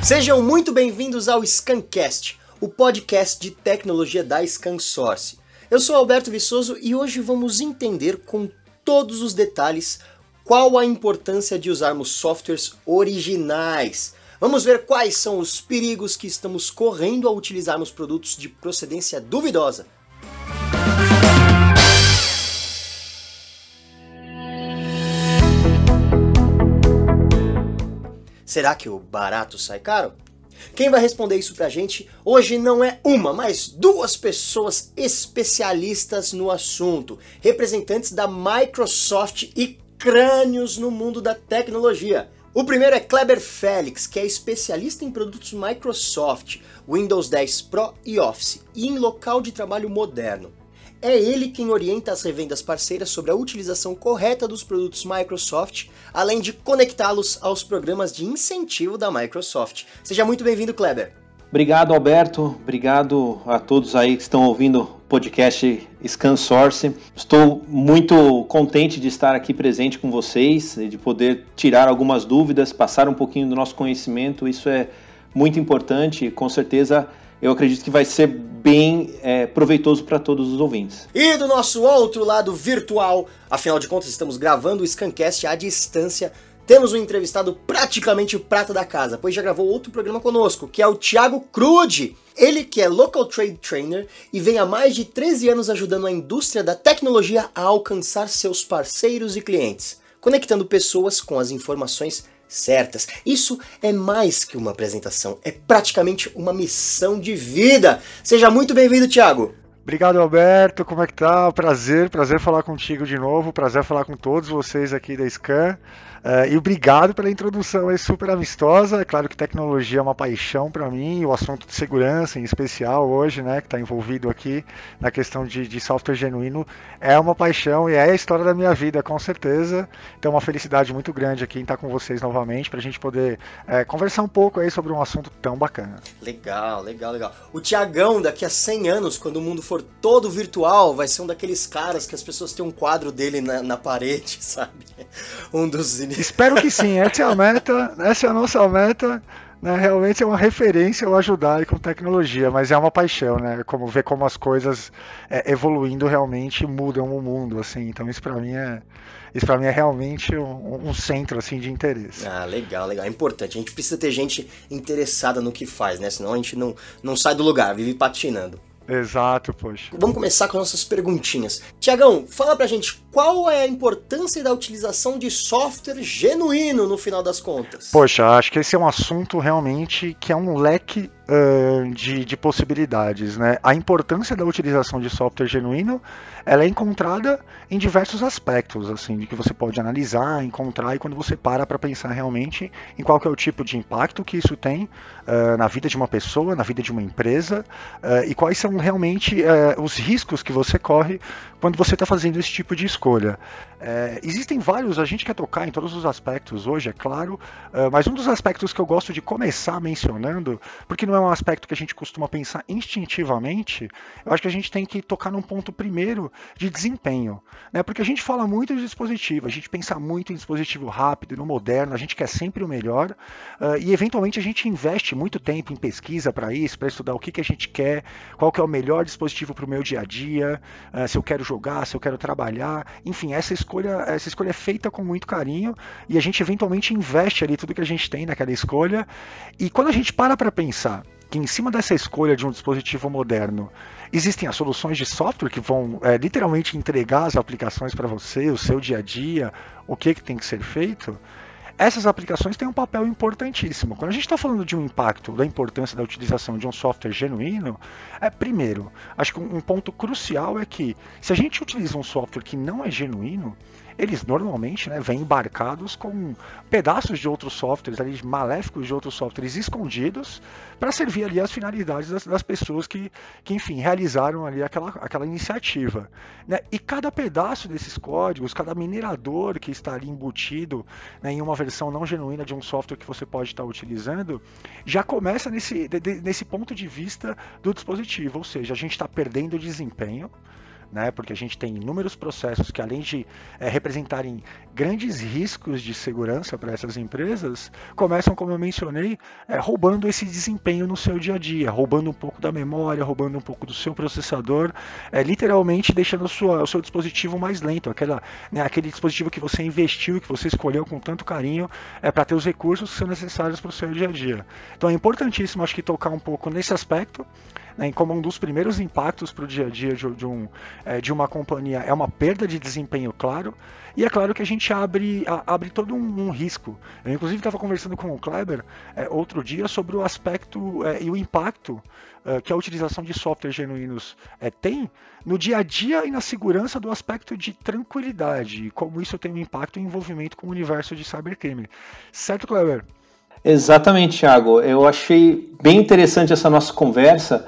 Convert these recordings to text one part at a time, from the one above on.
Sejam muito bem-vindos ao Scancast, o podcast de tecnologia da ScanSource. Eu sou Alberto Viçoso e hoje vamos entender com todos os detalhes qual a importância de usarmos softwares originais. Vamos ver quais são os perigos que estamos correndo ao utilizarmos produtos de procedência duvidosa. Será que o barato sai caro? Quem vai responder isso pra gente hoje não é uma, mas duas pessoas especialistas no assunto, representantes da Microsoft e crânios no mundo da tecnologia. O primeiro é Kleber Félix, que é especialista em produtos Microsoft, Windows 10 Pro e Office, e em local de trabalho moderno. É ele quem orienta as revendas parceiras sobre a utilização correta dos produtos Microsoft, além de conectá-los aos programas de incentivo da Microsoft. Seja muito bem-vindo, Kleber. Obrigado, Alberto. Obrigado a todos aí que estão ouvindo o podcast ScanSource. Estou muito contente de estar aqui presente com vocês, de poder tirar algumas dúvidas, passar um pouquinho do nosso conhecimento. Isso é muito importante e, com certeza, eu acredito que vai ser bem proveitoso para todos os ouvintes. E do nosso outro lado virtual, afinal de contas estamos gravando o Scancast à distância, temos um entrevistado praticamente o prata da casa, pois já gravou outro programa conosco, que é o Thiago Crude. Ele que é Local Trade Trainer e vem há mais de 13 anos ajudando a indústria da tecnologia a alcançar seus parceiros e clientes, conectando pessoas com as informações certas. Isso é mais que uma apresentação, é praticamente uma missão de vida. Seja muito bem-vindo, Thiago. Obrigado, Alberto. Como é que tá? Prazer falar contigo de novo, prazer falar com todos vocês aqui da Scan. E obrigado pela introdução aí super amistosa. É claro que tecnologia é uma paixão para mim, e o assunto de segurança em especial hoje, né, que está envolvido aqui na questão de software genuíno, é uma paixão e é a história da minha vida, com certeza. Então, uma felicidade muito grande aqui em estar com vocês novamente para a gente poder conversar um pouco aí sobre um assunto tão bacana. Legal. O Thiagão, daqui a 100 anos, quando o mundo for todo virtual, vai ser um daqueles caras que as pessoas têm um quadro dele na parede, sabe? Um dos Espero que sim, essa é a meta, essa é a nossa meta, né? Realmente é uma referência eu ajudar aí com tecnologia, mas é uma paixão, né? Como ver como as coisas evoluindo realmente mudam o mundo, assim. Então isso para mim é realmente um centro assim de interesse. Ah, legal, é importante. A gente precisa ter gente interessada no que faz, né? Senão a gente não sai do lugar, vive patinando. Exato, poxa. Vamos começar com nossas perguntinhas. Tiagão, fala pra gente qual é a importância da utilização de software genuíno no final das contas. Poxa, acho que esse é um assunto realmente que é um leque de possibilidades, né? A importância da utilização de software genuíno, ela é encontrada em diversos aspectos, assim, de que você pode analisar, encontrar, e quando você para pensar realmente em qual que é o tipo de impacto que isso tem na vida de uma pessoa, na vida de uma empresa, e quais são realmente os riscos que você corre quando você está fazendo esse tipo de escolha. Existem vários, a gente quer tocar em todos os aspectos hoje, é claro, mas um dos aspectos que eu gosto de começar mencionando, porque não é um aspecto que a gente costuma pensar instintivamente, eu acho que a gente tem que tocar num ponto primeiro de desempenho, né? Porque a gente fala muito de dispositivo, a gente pensa muito em dispositivo rápido, no moderno, a gente quer sempre o melhor, e eventualmente a gente investe muito tempo em pesquisa para isso, para estudar o que a gente quer, qual que é o melhor dispositivo para o meu dia a dia, se eu quero jogar, se eu quero trabalhar, enfim, essa escolha é feita com muito carinho e a gente eventualmente investe ali tudo que a gente tem naquela escolha, e quando a gente para pensar que em cima dessa escolha de um dispositivo moderno existem as soluções de software que vão literalmente entregar as aplicações para você, o seu dia a dia, o que tem que ser feito, essas aplicações têm um papel importantíssimo. Quando a gente está falando de um impacto, da importância da utilização de um software genuíno, primeiro, acho que um ponto crucial é que se a gente utiliza um software que não é genuíno, eles normalmente vêm embarcados com pedaços de outros softwares, ali, maléficos de outros softwares escondidos, para servir ali as finalidades das pessoas que enfim, realizaram ali aquela iniciativa, né? E cada pedaço desses códigos, cada minerador que está ali embutido, né, em uma versão não genuína de um software que você pode estar utilizando, já começa nesse ponto de vista do dispositivo, ou seja, a gente está perdendo desempenho, né? Porque a gente tem inúmeros processos que, além de representarem grandes riscos de segurança para essas empresas, começam, como eu mencionei, roubando esse desempenho no seu dia a dia, roubando um pouco da memória, roubando um pouco do seu processador, literalmente deixando o seu dispositivo mais lento, aquele dispositivo que você investiu, que você escolheu com tanto carinho, para ter os recursos que são necessários para o seu dia a dia. Então é importantíssimo, acho que, tocar um pouco nesse aspecto, né, como um dos primeiros impactos para o dia a dia de uma companhia é uma perda de desempenho, claro, e é claro que a gente abre todo um risco. Eu, inclusive, estava conversando com o Kleber outro dia sobre o aspecto e o impacto que a utilização de softwares genuínos tem no dia a dia e na segurança do aspecto de tranquilidade, e como isso tem um impacto e envolvimento com o universo de cybercrime. Certo, Kleber? Exatamente, Thiago. Eu achei bem interessante essa nossa conversa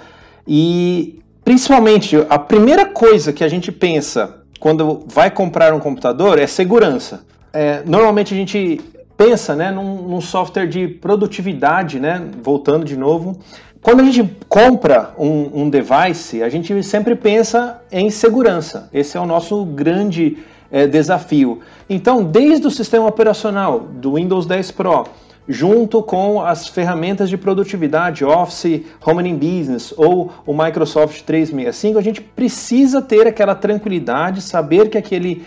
e, principalmente, a primeira coisa que a gente pensa quando vai comprar um computador é segurança. Normalmente a gente pensa, né, num software de produtividade, né, voltando de novo. Quando a gente compra um device, a gente sempre pensa em segurança. Esse é o nosso grande desafio. Então, desde o sistema operacional do Windows 10 Pro, junto com as ferramentas de produtividade, Office, Home and Business ou o Microsoft 365, a gente precisa ter aquela tranquilidade, saber que aquele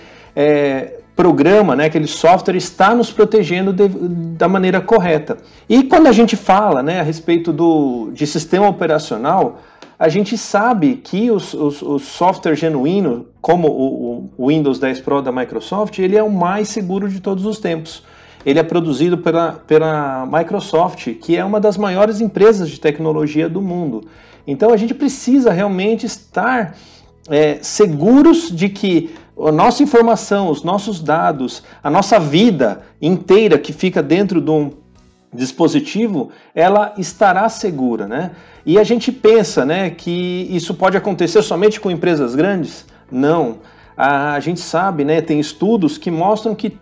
programa, né, aquele software está nos protegendo da maneira correta. E quando a gente fala, né, a respeito de sistema operacional, a gente sabe que o software genuíno, como o Windows 10 Pro da Microsoft, ele é o mais seguro de todos os tempos. Ele é produzido pela Microsoft, que é uma das maiores empresas de tecnologia do mundo. Então a gente precisa realmente estar seguros de que a nossa informação, os nossos dados, a nossa vida inteira que fica dentro de um dispositivo, ela estará segura, né? E a gente pensa, né, que isso pode acontecer somente com empresas grandes? Não. A gente sabe, né, tem estudos que mostram que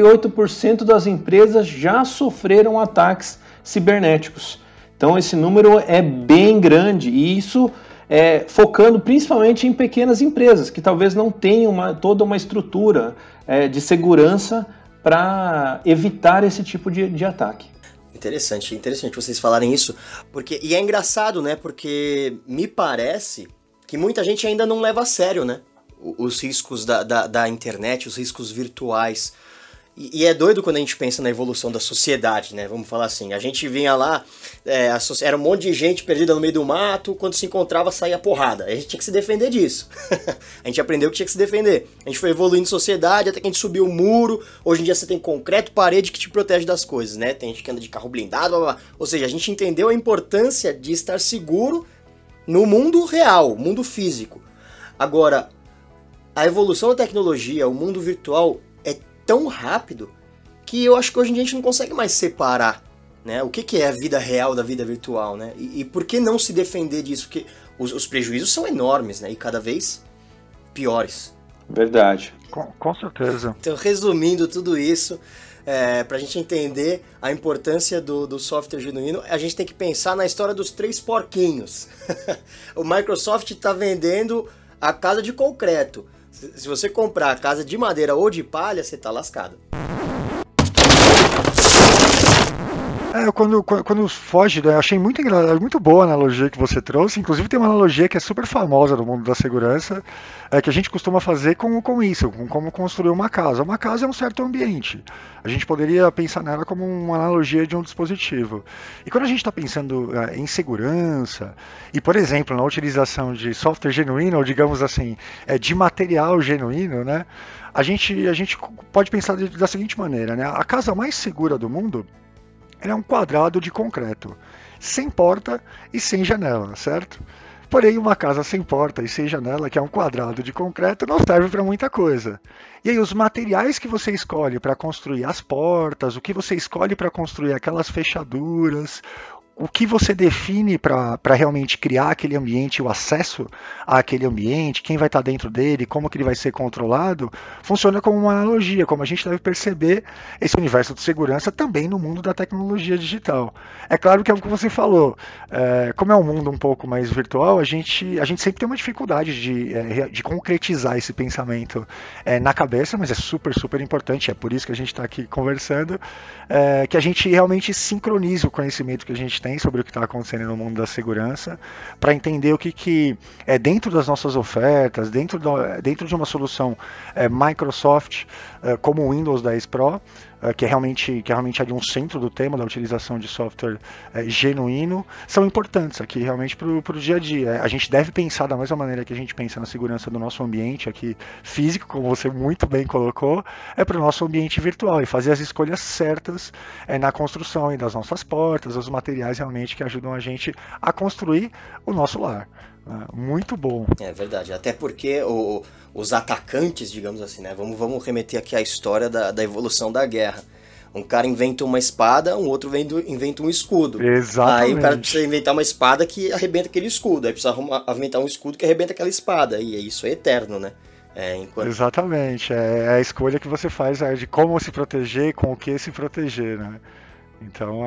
38% das empresas já sofreram ataques cibernéticos. Então esse número é bem grande e isso focando principalmente em pequenas empresas que talvez não tenham toda uma estrutura de segurança para evitar esse tipo de ataque. Interessante vocês falarem isso, e é engraçado, né, porque me parece que muita gente ainda não leva a sério, né, os riscos da internet, os riscos virtuais. E é doido quando a gente pensa na evolução da sociedade, né? Vamos falar assim, a gente vinha lá, era um monte de gente perdida no meio do mato, quando se encontrava saía porrada. A gente tinha que se defender disso. A gente aprendeu que tinha que se defender. A gente foi evoluindo sociedade até que a gente subiu o muro. Hoje em dia você tem concreto, parede que te protege das coisas, né? Tem gente que anda de carro blindado, blá, blá. Ou seja, a gente entendeu a importância de estar seguro no mundo real, mundo físico. Agora, a evolução da tecnologia, o mundo virtual é tão rápido que eu acho que hoje em dia a gente não consegue mais separar, né, o que é a vida real da vida virtual, né? E por que não se defender disso? Porque os prejuízos são enormes, né? E cada vez piores. Verdade. Com certeza. Então, resumindo tudo isso, para a gente entender a importância do software genuíno, a gente tem que pensar na história dos 3 porquinhos. O Microsoft está vendendo a casa de concreto. Se você comprar a casa de madeira ou de palha, você tá lascado. Quando foge, né, achei muito boa a analogia que você trouxe. Inclusive tem uma analogia que é super famosa no mundo da segurança, que a gente costuma fazer com isso, com como construir uma casa. Uma casa é um certo ambiente. A gente poderia pensar nela como uma analogia de um dispositivo. E quando a gente está pensando em segurança, e por exemplo, na utilização de software genuíno, ou digamos assim, de material genuíno, né, a gente pode pensar da seguinte maneira, né, a casa mais segura do mundo é um quadrado de concreto, sem porta e sem janela, certo? Porém, uma casa sem porta e sem janela, que é um quadrado de concreto, não serve para muita coisa. E aí, os materiais que você escolhe para construir as portas, o que você escolhe para construir aquelas fechaduras, o que você define para realmente criar aquele ambiente, o acesso àquele ambiente, quem vai estar dentro dele, como que ele vai ser controlado, funciona como uma analogia, como a gente deve perceber esse universo de segurança também no mundo da tecnologia digital. É claro que é o que você falou, como é um mundo um pouco mais virtual, a gente sempre tem uma dificuldade de concretizar esse pensamento na cabeça, mas é super, super importante, é por isso que a gente está aqui conversando, que a gente realmente sincronize o conhecimento que a gente tem sobre o que está acontecendo no mundo da segurança, para entender o que é dentro das nossas ofertas, dentro de uma solução Microsoft, como o Windows 10 Pro, que é realmente ali um centro do tema da utilização de software genuíno, são importantes aqui realmente para o dia a dia. A gente deve pensar da mesma maneira que a gente pensa na segurança do nosso ambiente aqui físico, como você muito bem colocou, para o nosso ambiente virtual e fazer as escolhas certas na construção das nossas portas, os materiais realmente que ajudam a gente a construir o nosso lar. Muito bom. É verdade, até porque os atacantes, digamos assim, né? Vamos remeter aqui à história da evolução da guerra. Um cara inventa uma espada, um outro inventa um escudo. Exatamente. Aí o cara precisa inventar uma espada que arrebenta aquele escudo. Aí precisa inventar um escudo que arrebenta aquela espada. E isso é eterno, né? Exatamente. É a escolha que você faz de como se proteger, com o que se proteger, né? Então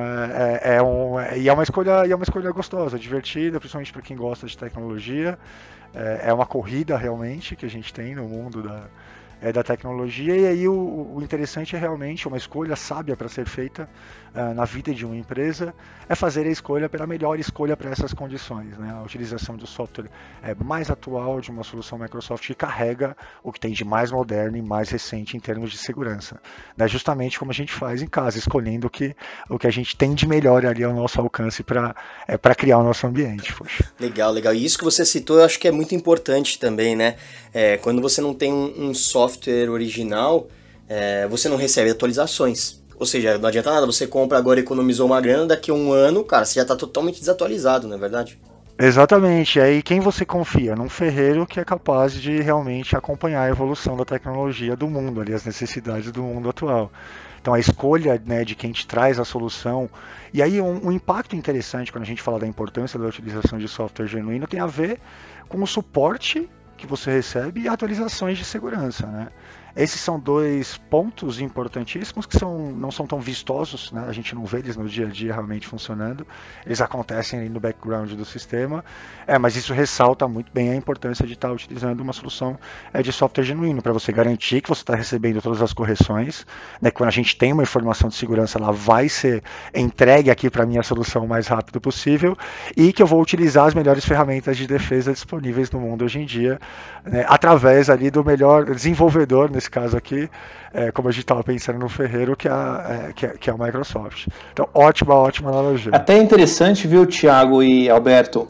é uma escolha gostosa, divertida, principalmente para quem gosta de tecnologia. É uma corrida realmente que a gente tem no mundo da tecnologia, e aí o interessante é realmente uma escolha sábia para ser feita na vida de uma empresa, é fazer a escolha pela melhor escolha para essas condições, né? A utilização do software mais atual, de uma solução Microsoft que carrega o que tem de mais moderno e mais recente em termos de segurança, né? Justamente como a gente faz em casa, escolhendo o que a gente tem de melhor ali ao nosso alcance para criar o nosso ambiente. Poxa. Legal. E isso que você citou eu acho que é muito importante também, né? Quando você não tem um software original, você não recebe atualizações. Ou seja, não adianta nada, você compra agora, economizou uma grana, daqui a um ano, cara, você já está totalmente desatualizado, não é verdade? Exatamente, aí quem você confia? Num ferreiro que é capaz de realmente acompanhar a evolução da tecnologia do mundo, ali, as necessidades do mundo atual. Então a escolha, né, de quem te traz a solução, e aí um impacto interessante quando a gente fala da importância da utilização de software genuíno tem a ver com o suporte que você recebe e atualizações de segurança, né? Esses são dois pontos importantíssimos que não são tão vistosos, né? A gente não vê eles no dia a dia realmente funcionando, eles acontecem ali no background do sistema, mas isso ressalta muito bem a importância de estar utilizando uma solução de software genuíno, para você garantir que você está recebendo todas as correções, né? Quando a gente tem uma informação de segurança, ela vai ser entregue aqui para a minha solução o mais rápido possível, e que eu vou utilizar as melhores ferramentas de defesa disponíveis no mundo hoje em dia, né? Através ali do melhor desenvolvedor, nesse caso aqui, como a gente estava pensando no ferreiro, que é a Microsoft. Então, ótima analogia. Até interessante, viu, Thiago e Alberto,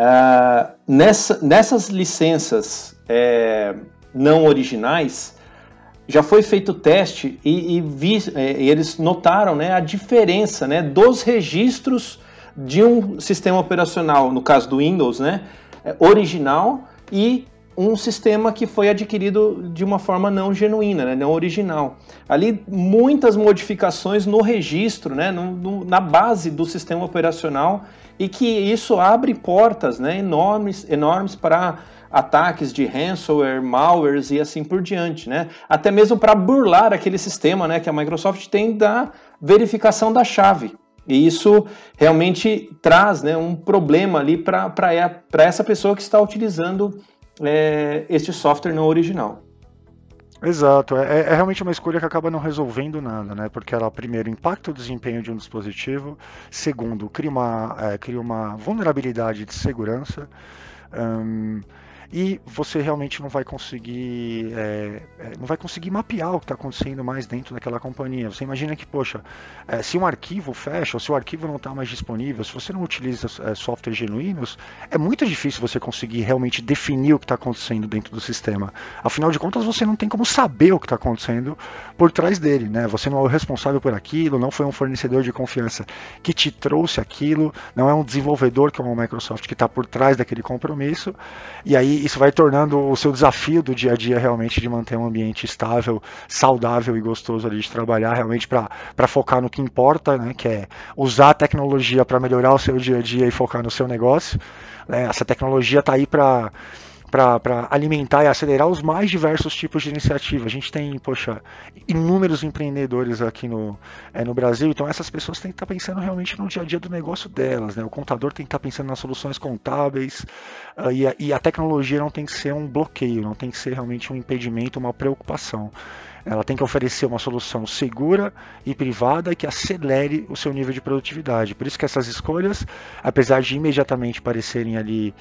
nessas licenças não originais, já foi feito o teste e eles notaram, né, a diferença, né, dos registros de um sistema operacional, no caso do Windows, né, original, e um sistema que foi adquirido de uma forma não genuína, né, não original. Ali, muitas modificações no registro, né, na base do sistema operacional, e que isso abre portas, né, enormes para ataques de ransomware, malwares e assim por diante, né? Até mesmo para burlar aquele sistema, né, que a Microsoft tem da verificação da chave. E isso realmente traz, né, um problema ali para essa pessoa que está utilizando este software não original. Exato, é realmente uma escolha que acaba não resolvendo nada, né? Porque ela, primeiro, impacta o desempenho de um dispositivo, segundo, cria uma vulnerabilidade de segurança, e você realmente não vai conseguir mapear o que está acontecendo mais dentro daquela companhia. Você imagina que, poxa, se um arquivo fecha, ou se o arquivo não está mais disponível, se você não utiliza softwares genuínos, é muito difícil você conseguir realmente definir o que está acontecendo dentro do sistema. Afinal de contas, você não tem como saber o que está acontecendo por trás dele, né? Você não é o responsável por aquilo, não foi um fornecedor de confiança que te trouxe aquilo, não é um desenvolvedor como a Microsoft que está por trás daquele compromisso, e aí isso vai tornando o seu desafio do dia a dia realmente de manter um ambiente estável, saudável e gostoso ali de trabalhar, realmente para focar no que importa, né, que é usar a tecnologia para melhorar o seu dia a dia e focar no seu negócio. Essa tecnologia está aí para alimentar e acelerar os mais diversos tipos de iniciativa. A gente tem, inúmeros empreendedores aqui no Brasil, então essas pessoas têm que estar pensando realmente no dia a dia do negócio delas, né? O contador tem que estar pensando nas soluções contábeis, e a tecnologia não tem que ser um bloqueio, não tem que ser realmente um impedimento, uma preocupação. Ela tem que oferecer uma solução segura e privada que acelere o seu nível de produtividade. Por isso que essas escolhas, apesar de imediatamente parecerem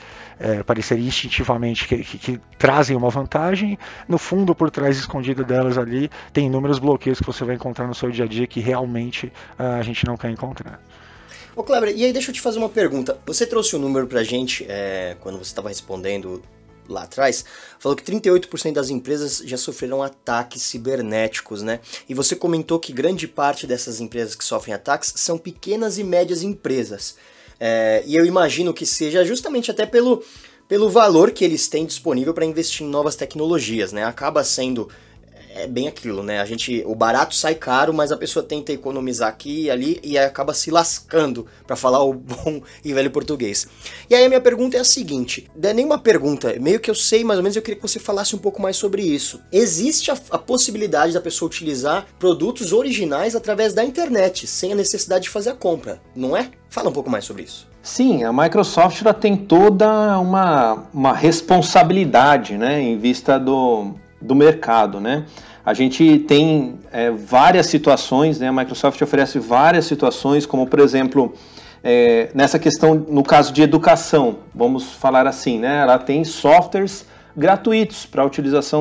instintivamente que trazem uma vantagem, no fundo, por trás escondido delas ali, tem inúmeros bloqueios que você vai encontrar no seu dia a dia que realmente a gente não quer encontrar. Ô Kleber, e aí deixa eu te fazer uma pergunta. Você trouxe um número pra gente, quando você estava respondendo lá atrás, falou que 38% das empresas já sofreram ataques cibernéticos, né? E você comentou que grande parte dessas empresas que sofrem ataques são pequenas e médias empresas. E eu imagino que seja justamente até pelo valor que eles têm disponível para investir em novas tecnologias, né? Acaba sendo bem aquilo, né? O barato sai caro, mas a pessoa tenta economizar aqui e ali e acaba se lascando, para falar o bom e velho português. E aí a minha pergunta é a seguinte, não é nenhuma pergunta, meio que eu sei mais ou menos, eu queria que você falasse um pouco mais sobre isso. Existe a possibilidade da pessoa utilizar produtos originais através da internet, sem a necessidade de fazer a compra, não é? Fala um pouco mais sobre isso. Sim, a Microsoft ela tem toda uma responsabilidade, né, em vista do mercado, né? A gente tem várias situações, né? A Microsoft oferece várias situações, como por exemplo, nessa questão, no caso de educação, vamos falar assim, né? Ela tem softwares gratuitos para a utilização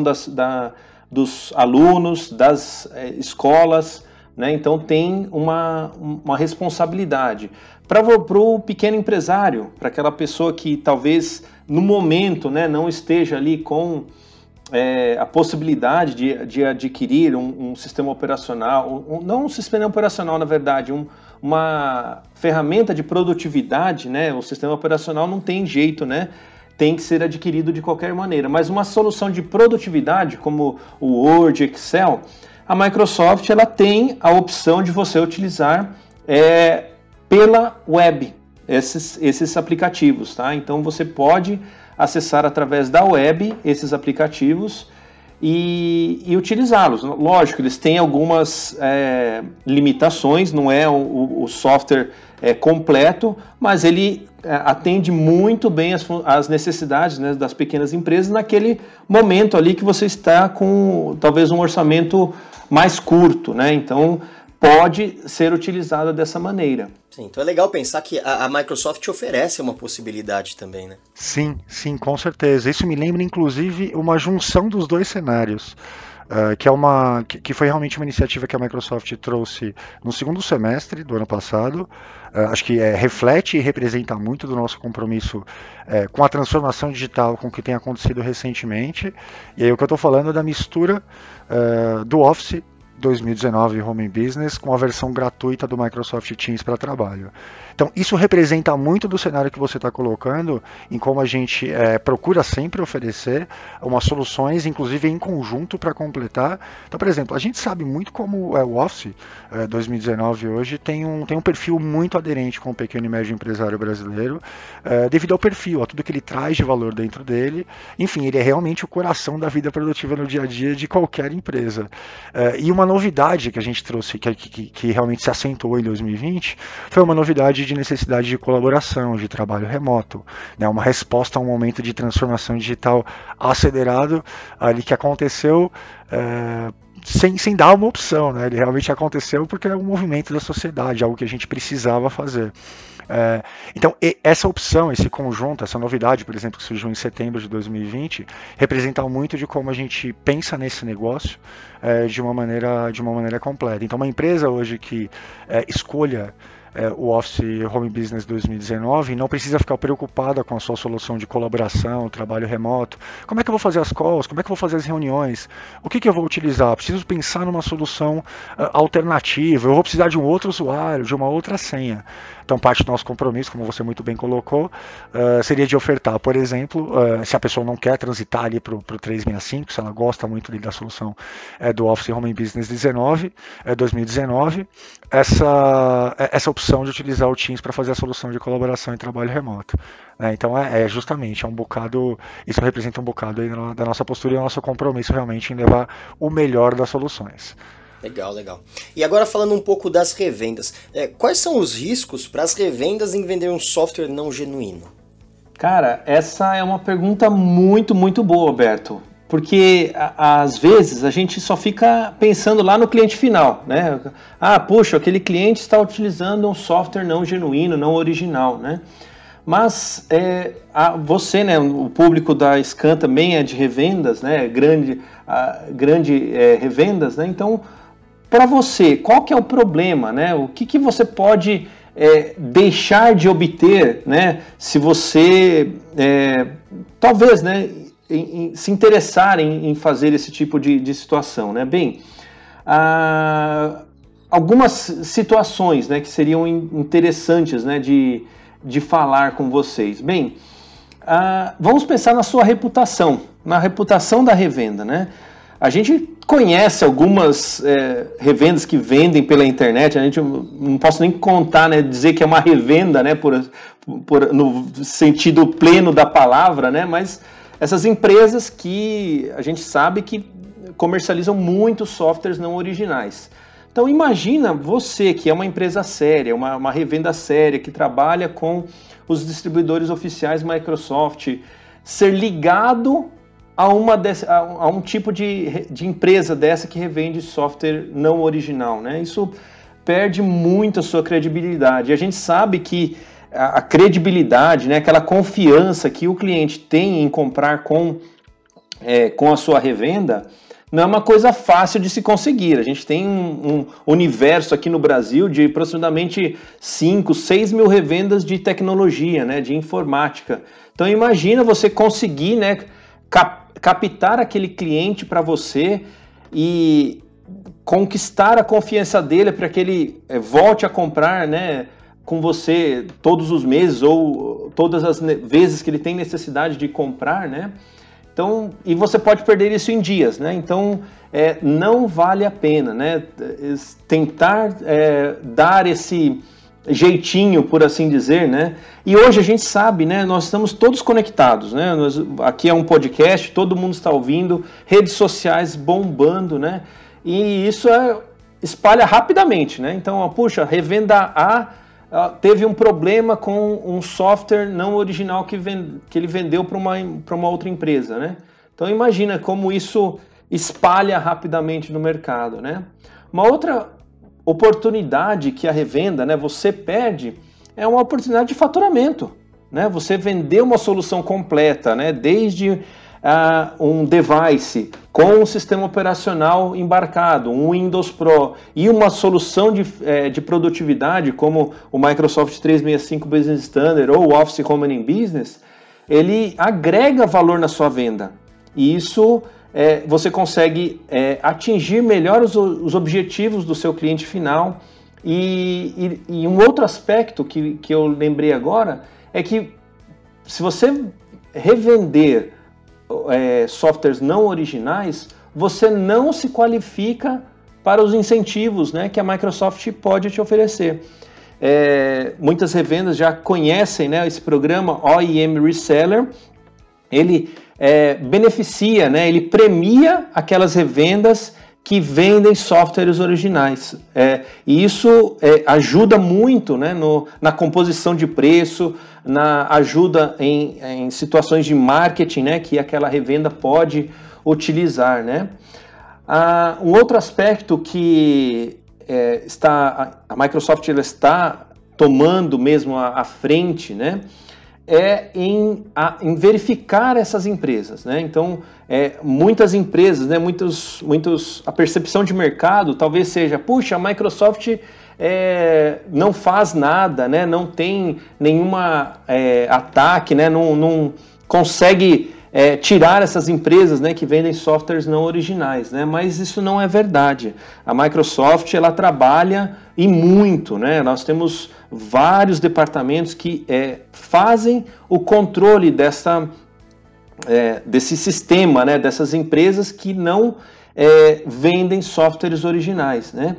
dos alunos, das escolas, né? Então tem uma responsabilidade. Para o pequeno empresário, para aquela pessoa que talvez no momento, né, não esteja ali com a possibilidade de adquirir um sistema operacional, não um sistema operacional, na verdade, uma ferramenta de produtividade, né? O sistema operacional não tem jeito, né? Tem que ser adquirido de qualquer maneira, mas uma solução de produtividade, como o Word, Excel, a Microsoft ela tem a opção de você utilizar pela web esses aplicativos, tá? Então você pode acessar através da web esses aplicativos e utilizá-los. Lógico, eles têm algumas limitações, não é o software completo, mas ele atende muito bem as necessidades, né, das pequenas empresas naquele momento ali que você está com talvez um orçamento mais curto, né? Então pode ser utilizada dessa maneira. Sim, então é legal pensar que a Microsoft oferece uma possibilidade também, né? Sim, com certeza. Isso me lembra, inclusive, uma junção dos dois cenários. Que foi realmente uma iniciativa que a Microsoft trouxe no segundo semestre do ano passado. Acho que reflete e representa muito do nosso compromisso com a transformação digital, com o que tem acontecido recentemente. E aí o que eu estou falando é da mistura do Office 2019 Home Business com a versão gratuita do Microsoft Teams para trabalho. Então isso representa muito do cenário que você está colocando, em como a gente procura sempre oferecer umas soluções, inclusive em conjunto para completar. Então, por exemplo, a gente sabe muito como o Office 2019 hoje tem um perfil muito aderente com o pequeno e médio empresário brasileiro, devido ao perfil, a tudo que ele traz de valor dentro dele. Enfim, ele é realmente o coração da vida produtiva no dia a dia de qualquer empresa. E uma novidade que a gente trouxe, que realmente se acentuou em 2020, foi uma novidade de necessidade de colaboração, de trabalho remoto, né? Uma resposta a um momento de transformação digital acelerado ali que aconteceu sem dar uma opção, né? Ele realmente aconteceu porque é um movimento da sociedade, algo que a gente precisava fazer. Então, essa opção, esse conjunto, essa novidade, por exemplo, que surgiu em setembro de 2020, representa muito de como a gente pensa nesse negócio de uma maneira completa. Então, uma empresa hoje que escolha o Office Home Business 2019 não precisa ficar preocupada com a sua solução de colaboração, trabalho remoto. Como é que eu vou fazer as calls? Como é que eu vou fazer as reuniões? O que eu vou utilizar? Preciso pensar numa solução alternativa. Eu vou precisar de um outro usuário, de uma outra senha. Então, parte do nosso compromisso, como você muito bem colocou, seria de ofertar, por exemplo, se a pessoa não quer transitar ali para o 365, se ela gosta muito da solução do Office Home Business 2019, essa opção de utilizar o Teams para fazer a solução de colaboração em trabalho remoto. Então, justamente, um bocado, isso representa um bocado aí da nossa postura e do nosso compromisso realmente em levar o melhor das soluções. Legal, legal. E agora falando um pouco das revendas, quais são os riscos para as revendas em vender um software não genuíno? Cara, essa é uma pergunta muito, muito boa, Alberto. Porque às vezes a gente só fica pensando lá no cliente final, né? Puxa, aquele cliente está utilizando um software não genuíno, não original, né? Mas você, né, o público da Scan também é de revendas, né? Grande revendas, né? Então, para você, qual que é o problema, né? O que você pode deixar de obter, né? Se você talvez, né, se interessar em fazer esse tipo de situação, né? Bem, algumas situações, né, que seriam interessantes, né, de falar com vocês. Bem, vamos pensar na sua reputação, na reputação da revenda, né? A gente conhece algumas revendas que vendem pela internet, a gente não posso nem contar, né, dizer que é uma revenda, né, no sentido pleno da palavra, né, mas essas empresas que a gente sabe que comercializam muitos softwares não originais. Então imagina você que é uma empresa séria, uma revenda séria, que trabalha com os distribuidores oficiais Microsoft, ser ligado a um tipo de empresa dessa que revende software não original, né? Isso perde muito a sua credibilidade. E a gente sabe que a credibilidade, né, aquela confiança que o cliente tem em comprar com a sua revenda, não é uma coisa fácil de se conseguir. A gente tem um universo aqui no Brasil de aproximadamente 5, 6 mil revendas de tecnologia, né, de informática. Então imagina você conseguir, né, captar aquele cliente para você e conquistar a confiança dele para que ele volte a comprar, né, com você todos os meses ou todas as vezes que ele tem necessidade de comprar, né? Então, e você pode perder isso em dias, né? Então, não vale a pena, né? Tentar dar esse jeitinho, por assim dizer, né? E hoje a gente sabe, né? Nós estamos todos conectados, né? Aqui é um podcast, todo mundo está ouvindo, redes sociais bombando, né? E isso espalha rapidamente, né? Então, puxa, revenda A teve um problema com um software não original que ele vendeu para uma outra empresa, né? Então imagina como isso espalha rapidamente no mercado, né? Uma outra oportunidade que a revenda, né, você perde, é uma oportunidade de faturamento, né? Você vender uma solução completa, né, desde um device com um sistema operacional embarcado, um Windows Pro e uma solução de produtividade como o Microsoft 365 Business Standard ou o Office Home Business, ele agrega valor na sua venda. E isso você consegue atingir melhor os objetivos do seu cliente final. E um outro aspecto que eu lembrei agora é que se você revender softwares não originais, você não se qualifica para os incentivos, né, que a Microsoft pode te oferecer. Muitas revendas já conhecem, né, esse programa OEM Reseller. Ele beneficia, né, ele premia aquelas revendas que vendem softwares originais. E isso ajuda muito, né, na composição de preço, ajuda em situações de marketing, né, que aquela revenda pode utilizar, né? Um outro aspecto que a Microsoft ela está tomando mesmo à frente, né, em verificar essas empresas, né? Então, muitas empresas, né, a percepção de mercado talvez seja, puxa, a Microsoft não faz nada, né? Não tem nenhuma ataque, né? Não consegue tirar essas empresas, né, que vendem softwares não originais, né? Mas isso não é verdade. A Microsoft, ela trabalha e muito, né? Nós temos vários departamentos que fazem o controle desse sistema, né? Dessas empresas que não vendem softwares originais, né?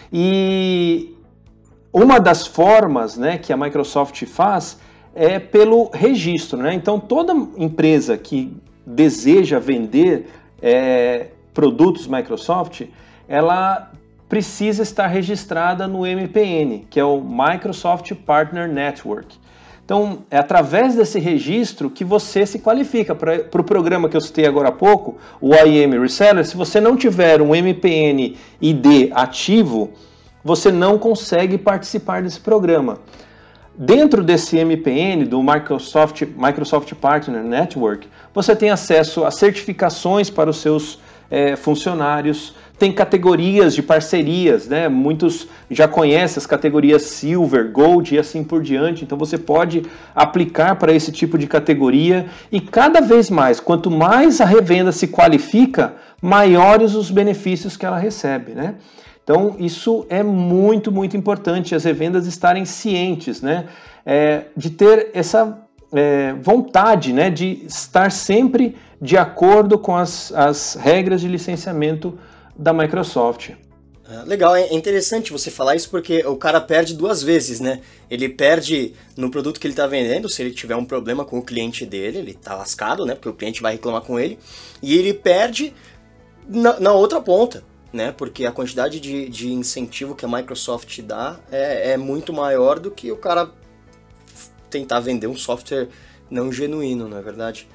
E uma das formas, né, que a Microsoft faz é pelo registro, né? Então, toda empresa que deseja vender produtos Microsoft, ela precisa estar registrada no MPN, que é o Microsoft Partner Network. Então, é através desse registro que você se qualifica para o programa que eu citei agora há pouco, o IM Reseller. Se você não tiver um MPN ID ativo, você não consegue participar desse programa. Dentro desse MPN, do Microsoft Partner Network, você tem acesso a certificações para os seus funcionários, tem categorias de parcerias, né? Muitos já conhecem as categorias Silver, Gold e assim por diante, então você pode aplicar para esse tipo de categoria e cada vez mais, quanto mais a revenda se qualifica, maiores os benefícios que ela recebe, né? Então, isso é muito, muito importante, as revendas estarem cientes, né, de ter essa vontade, né, de estar sempre de acordo com as regras de licenciamento da Microsoft. Legal, é interessante você falar isso porque o cara perde duas vezes, né? Ele perde no produto que ele está vendendo, se ele tiver um problema com o cliente dele, ele está lascado, né, porque o cliente vai reclamar com ele, e ele perde na outra ponta, né? Porque a quantidade de incentivo que a Microsoft dá é muito maior do que o cara tentar vender um software não genuíno, não é verdade?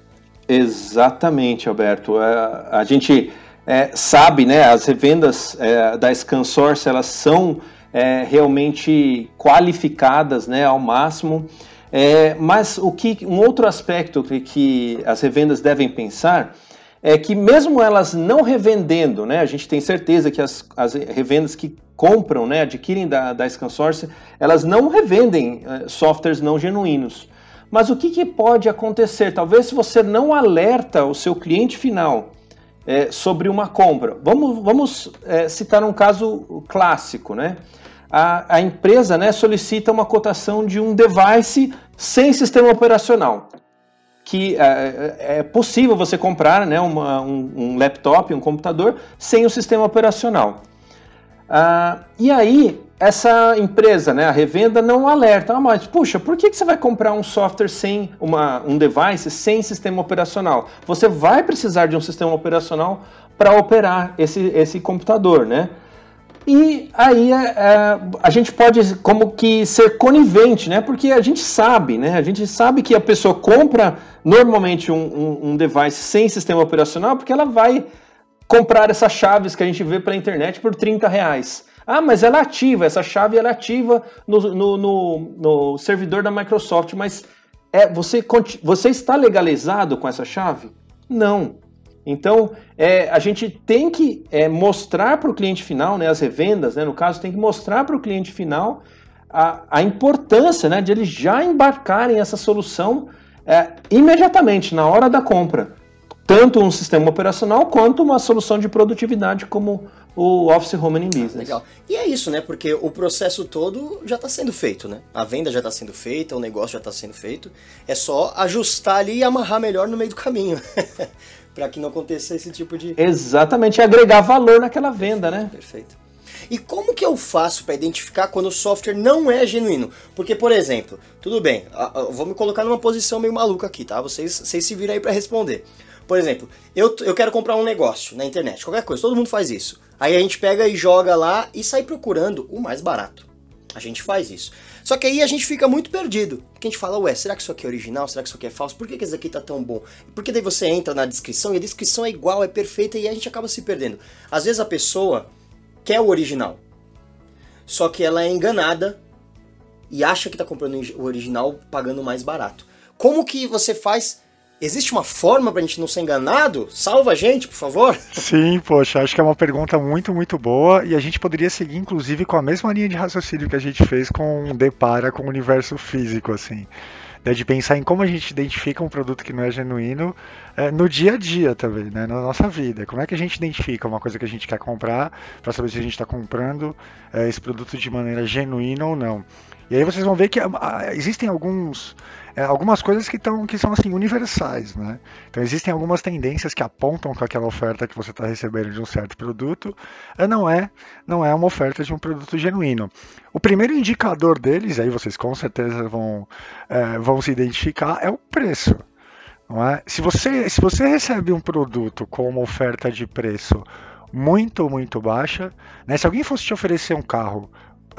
Exatamente, Alberto. A gente sabe, né? As revendas da ScanSource, elas são realmente qualificadas, né, ao máximo. Mas um outro aspecto que as revendas devem pensar é que mesmo elas não revendendo, né, a gente tem certeza que as revendas que compram, né, adquirem da ScanSource, elas não revendem softwares não genuínos. Mas o que pode acontecer? Talvez se você não alerta o seu cliente final sobre uma compra. Vamos citar um caso clássico, né? A empresa, né, solicita uma cotação de um device sem sistema operacional. Que é possível você comprar, né, um laptop, um computador, sem o sistema operacional. E aí, essa empresa, né, a revenda, não alerta. Mas, puxa, por que você vai comprar um software sem um device sem sistema operacional? Você vai precisar de um sistema operacional para operar esse computador, né? E aí a gente pode como que ser conivente, né? Porque a gente sabe, né? A gente sabe que a pessoa compra normalmente um device sem sistema operacional porque ela vai comprar essas chaves que a gente vê pela internet por R$30. Mas ela ativa, essa chave ela ativa no servidor da Microsoft, mas você está legalizado com essa chave? Não. Então, a gente tem que mostrar para o cliente final, né, as revendas, né, no caso, tem que mostrar para o cliente final a importância, né, de eles já embarcarem essa solução imediatamente, na hora da compra. Tanto um sistema operacional quanto uma solução de produtividade como o Office Home and Business. Legal. E é isso, né? Porque o processo todo já está sendo feito, né? A venda já está sendo feita, o negócio já está sendo feito. É só ajustar ali e amarrar melhor no meio do caminho. Para que não aconteça esse tipo de... Exatamente, agregar valor naquela venda, né? Perfeito. E como que eu faço para identificar quando o software não é genuíno? Porque, por exemplo, tudo bem, eu vou me colocar numa posição meio maluca aqui, tá? Vocês se viram aí para responder. Por exemplo, eu quero comprar um negócio na internet, qualquer coisa, todo mundo faz isso. Aí a gente pega e joga lá e sai procurando o mais barato. A gente faz isso. Só que aí a gente fica muito perdido. Porque a gente fala, será que isso aqui é original? Será que isso aqui é falso? Por que esse aqui tá tão bom? Porque daí você entra na descrição e a descrição é igual, é perfeita e a gente acaba se perdendo. Às vezes a pessoa quer o original, só que ela é enganada e acha que tá comprando o original pagando mais barato. Como que você faz Existe uma forma pra gente não ser enganado? Salva a gente, por favor. Sim, poxa, acho que é uma pergunta muito, muito boa e a gente poderia seguir, inclusive, com a mesma linha de raciocínio que a gente fez com o Depara com o universo físico, assim. De pensar em como a gente identifica um produto que não é genuíno no dia a dia também, né, na nossa vida. Como é que a gente identifica uma coisa que a gente quer comprar para saber se a gente está comprando esse produto de maneira genuína ou não. E aí vocês vão ver que existem algumas coisas que são assim universais, né? Então existem algumas tendências que apontam que aquela oferta que você está recebendo de um certo produto não é uma oferta de um produto genuíno. O primeiro indicador deles, aí vocês com certeza vão se identificar, é o preço. Não é? Se você recebe um produto com uma oferta de preço muito, muito baixa, né? Se alguém fosse te oferecer um carro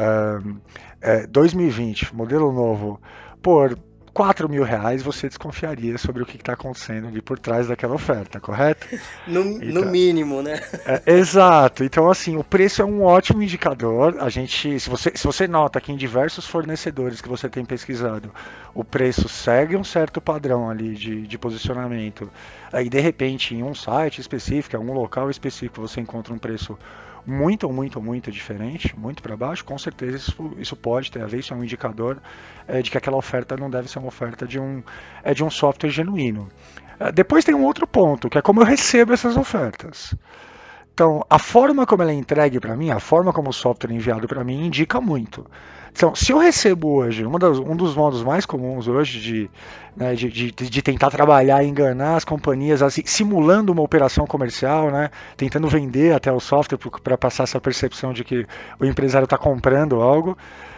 2020, modelo novo, por R$4.000, você desconfiaria sobre o que está acontecendo ali por trás daquela oferta, correto? No mínimo, né? Exato. Então, assim, o preço é um ótimo indicador. Se você nota que em diversos fornecedores que você tem pesquisado, o preço segue um certo padrão ali de posicionamento, aí de repente em um site específico, em algum local específico, você encontra um preço muito, muito, muito diferente, muito para baixo, com certeza isso pode ter a ver, isso é um indicador de que aquela oferta não deve ser uma oferta de um software genuíno. Depois tem um outro ponto, que é como eu recebo essas ofertas. Então, a forma como ela é entregue para mim, a forma como o software é enviado para mim, indica muito. Então, se eu recebo hoje, um dos modos mais comuns hoje de tentar trabalhar e enganar as companhias, assim, simulando uma operação comercial, né, tentando vender até o software para passar essa percepção de que o empresário está comprando algo,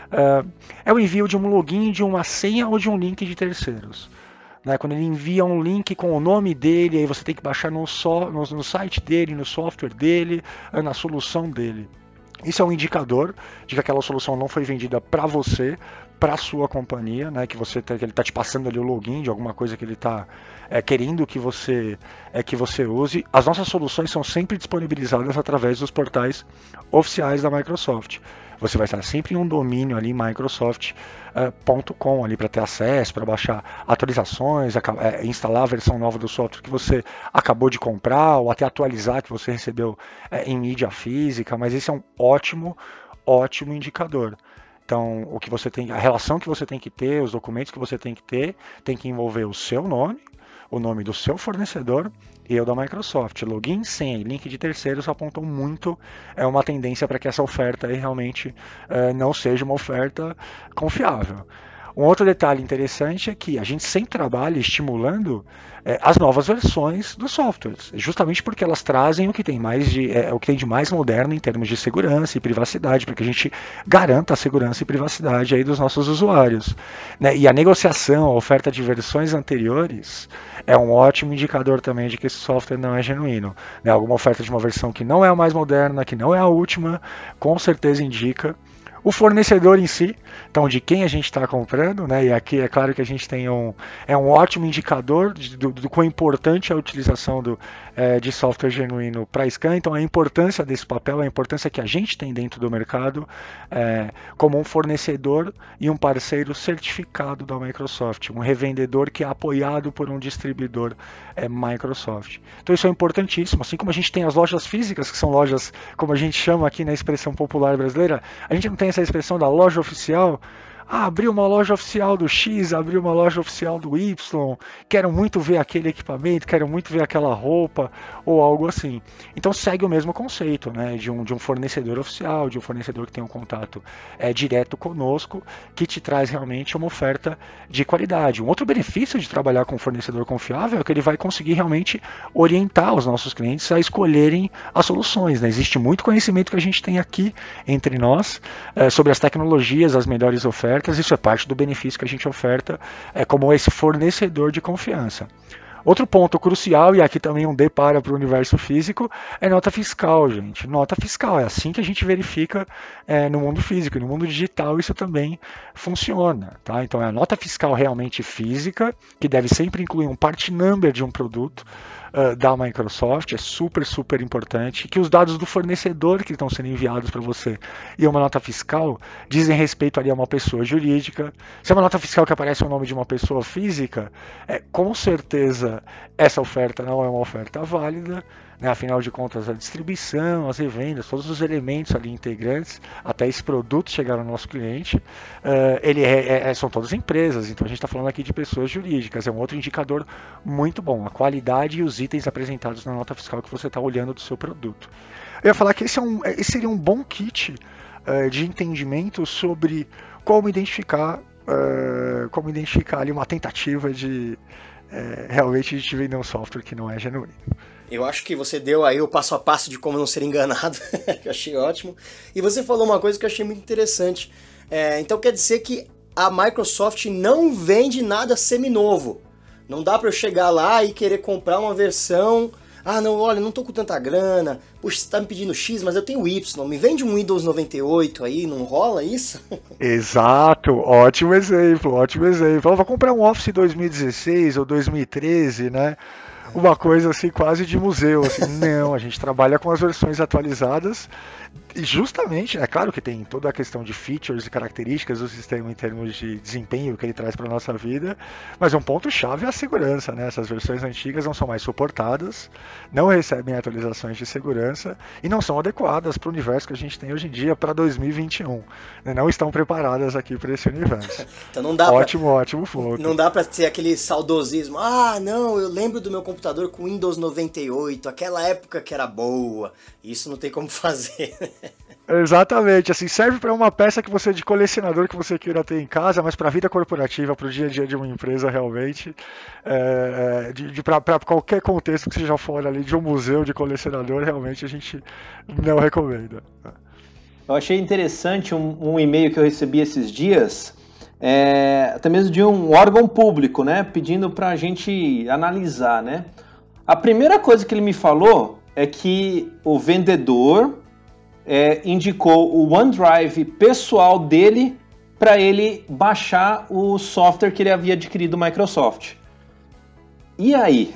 é o envio de um login, de uma senha ou de um link de terceiros. Quando ele envia um link com o nome dele, aí você tem que baixar no site dele, no software dele, na solução dele. Isso é um indicador de que aquela solução não foi vendida para você, para a sua companhia, né, que ele está te passando ali o login de alguma coisa que ele está querendo que você use. As nossas soluções são sempre disponibilizadas através dos portais oficiais da Microsoft. Você vai estar sempre em um domínio ali, Microsoft.com, ali para ter acesso, para baixar atualizações, instalar a versão nova do software que você acabou de comprar, ou até atualizar que você recebeu em mídia física, mas esse é um ótimo indicador. Então, a relação que você tem que ter, os documentos que você tem que envolver o seu nome, o nome do seu fornecedor e o da Microsoft. Login, senha e link de terceiros apontam muito uma tendência para que essa oferta aí realmente não seja uma oferta confiável. Um outro detalhe interessante é que a gente sempre trabalha estimulando as novas versões dos softwares, justamente porque elas trazem o que tem de mais moderno em termos de segurança e privacidade, para que a gente garanta a segurança e privacidade aí dos nossos usuários. Né? E a negociação, a oferta de versões anteriores é um ótimo indicador também de que esse software não é genuíno. Né? Alguma oferta de uma versão que não é a mais moderna, que não é a última, com certeza indica. O fornecedor em si, então de quem a gente está comprando, né? E aqui é claro que a gente tem um ótimo indicador do quão importante é a utilização de software genuíno para a Scan. Então a importância desse papel, a importância que a gente tem dentro do mercado como um fornecedor e um parceiro certificado da Microsoft, um revendedor que é apoiado por um distribuidor Microsoft. Então isso é importantíssimo, assim como a gente tem as lojas físicas, que são lojas, como a gente chama aqui na expressão popular brasileira, a gente não tem essa expressão da loja oficial. Abriu uma loja oficial do X, abriu uma loja oficial do Y, quero muito ver aquele equipamento, quero muito ver aquela roupa, ou algo assim. Então segue o mesmo conceito, né, de um fornecedor oficial, de um fornecedor que tem um contato direto conosco, que te traz realmente uma oferta de qualidade. Um outro benefício de trabalhar com um fornecedor confiável é que ele vai conseguir realmente orientar os nossos clientes a escolherem as soluções. Né? Existe muito conhecimento que a gente tem aqui entre nós sobre as tecnologias, as melhores ofertas. Isso é parte do benefício que a gente oferta como esse fornecedor de confiança. Outro ponto crucial, e aqui também um depara para o universo físico, é nota fiscal, gente. Nota fiscal, é assim que a gente verifica no mundo físico. E no mundo digital isso também funciona. Tá? Então é a nota fiscal realmente física, que deve sempre incluir um part number de um produto da Microsoft, é super, super importante, que os dados do fornecedor que estão sendo enviados para você e uma nota fiscal dizem respeito ali a uma pessoa jurídica. Se é uma nota fiscal que aparece o nome de uma pessoa física, com certeza essa oferta não é uma oferta válida, né? Afinal de contas, a distribuição, as revendas, todos os elementos ali integrantes até esse produto chegar ao nosso cliente, são todas empresas, então a gente está falando aqui de pessoas jurídicas, é um outro indicador muito bom, a qualidade e os itens apresentados na nota fiscal que você está olhando do seu produto. Eu ia falar que esse seria um bom kit de entendimento sobre como identificar ali uma tentativa de realmente a gente vender um software que não é genuíno. Eu acho que você deu aí o passo a passo de como não ser enganado, que eu achei ótimo. E você falou uma coisa que eu achei muito interessante. Então quer dizer que a Microsoft não vende nada seminovo. Não dá para eu chegar lá e querer comprar uma versão... Ah, não, olha, não tô com tanta grana. Puxa, você tá me pedindo X, mas eu tenho Y. Me vende um Windows 98 aí, não rola isso? Exato, ótimo exemplo, ótimo exemplo. Eu vou comprar um Office 2016 ou 2013, né? Uma coisa assim quase de museu, assim. Não, a gente trabalha com as versões atualizadas e justamente, é claro que tem toda a questão de features e características do sistema em termos de desempenho que ele traz para a nossa vida, mas um ponto-chave é a segurança, né? Essas versões antigas não são mais suportadas, não recebem atualizações de segurança e não são adequadas para o universo que a gente tem hoje em dia para 2021, né? Não estão preparadas aqui para esse universo. Então não dá ótimo ponto. Não dá para ter aquele saudosismo. Ah, não, eu lembro do meu computador com Windows 98, aquela época que era boa. Isso não tem como fazer. Exatamente, assim, serve para uma peça que você de colecionador que você queira ter em casa, mas para a vida corporativa, para o dia a dia de uma empresa realmente, para qualquer contexto que seja fora ali de um museu de colecionador, realmente a gente não recomenda. Eu achei interessante um e-mail que eu recebi esses dias, até mesmo de um órgão público, né, pedindo para a gente analisar, né. A primeira coisa que ele me falou é que o vendedor indicou o OneDrive pessoal dele para ele baixar o software que ele havia adquirido do Microsoft. E aí?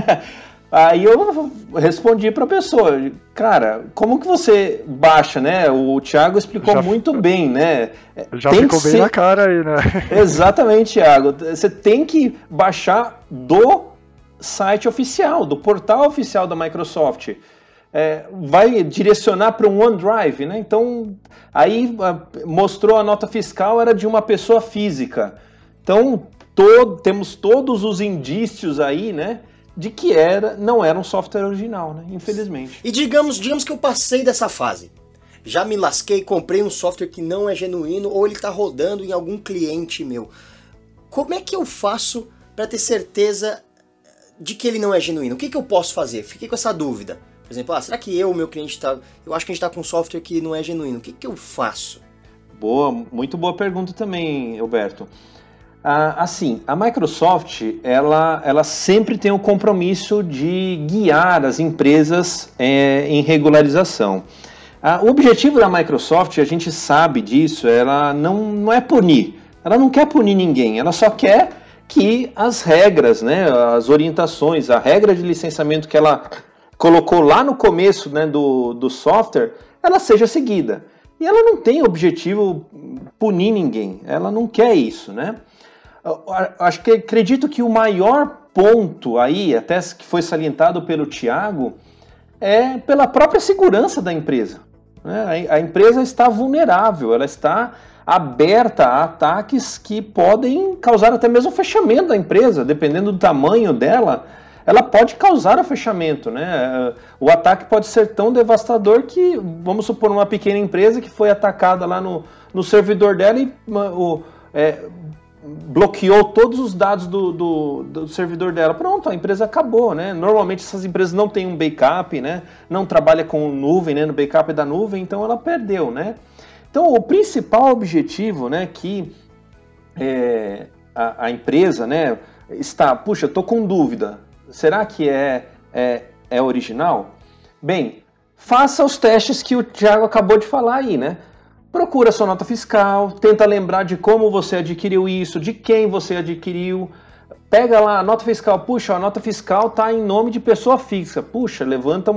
Aí eu respondi para a pessoa, cara, como que você baixa, né? O Thiago explicou muito bem, né? Já ficou bem na cara aí, né? Exatamente, Thiago. Você tem que baixar do site oficial, do portal oficial da Microsoft. Vai direcionar para um OneDrive, né? Então, aí mostrou a nota fiscal, era de uma pessoa física. Então, temos todos os indícios aí, né? De que não era um software original, né? Infelizmente. E digamos que eu passei dessa fase. Já me lasquei, comprei um software que não é genuíno ou ele está rodando em algum cliente meu. Como é que eu faço para ter certeza de que ele não é genuíno? O que eu posso fazer? Fiquei com essa dúvida. Por exemplo, será que o meu cliente eu acho que a gente está com um software que não é genuíno. O que eu faço? Boa, muito boa pergunta também, Alberto. Assim, a Microsoft, ela sempre tem o compromisso de guiar as empresas em regularização. O objetivo da Microsoft, a gente sabe disso, ela não é punir. Ela não quer punir ninguém, ela só quer que as regras, né, as orientações, a regra de licenciamento que ela colocou lá no começo, né, do software, ela seja seguida. E ela não tem objetivo punir ninguém, ela não quer isso, né? Acredito que o maior ponto aí, até que foi salientado pelo Thiago, é pela própria segurança da empresa. Né? A empresa está vulnerável, ela está aberta a ataques que podem causar até mesmo o fechamento da empresa, dependendo do tamanho dela. Ela pode causar o fechamento, né? O ataque pode ser tão devastador que, vamos supor, uma pequena empresa que foi atacada lá no servidor dela e bloqueou todos os dados do servidor dela. Pronto, a empresa acabou, né? Normalmente essas empresas não têm um backup, né? Não trabalham com nuvem, né? No backup da nuvem, então ela perdeu, né? Então o principal objetivo, né, que a empresa, né, puxa, estou com dúvida, será que é original? Bem, faça os testes que o Thiago acabou de falar aí, né? Procura a sua nota fiscal, tenta lembrar de como você adquiriu isso, de quem você adquiriu. Pega lá a nota fiscal, puxa, a nota fiscal está em nome de pessoa física. Puxa, levanta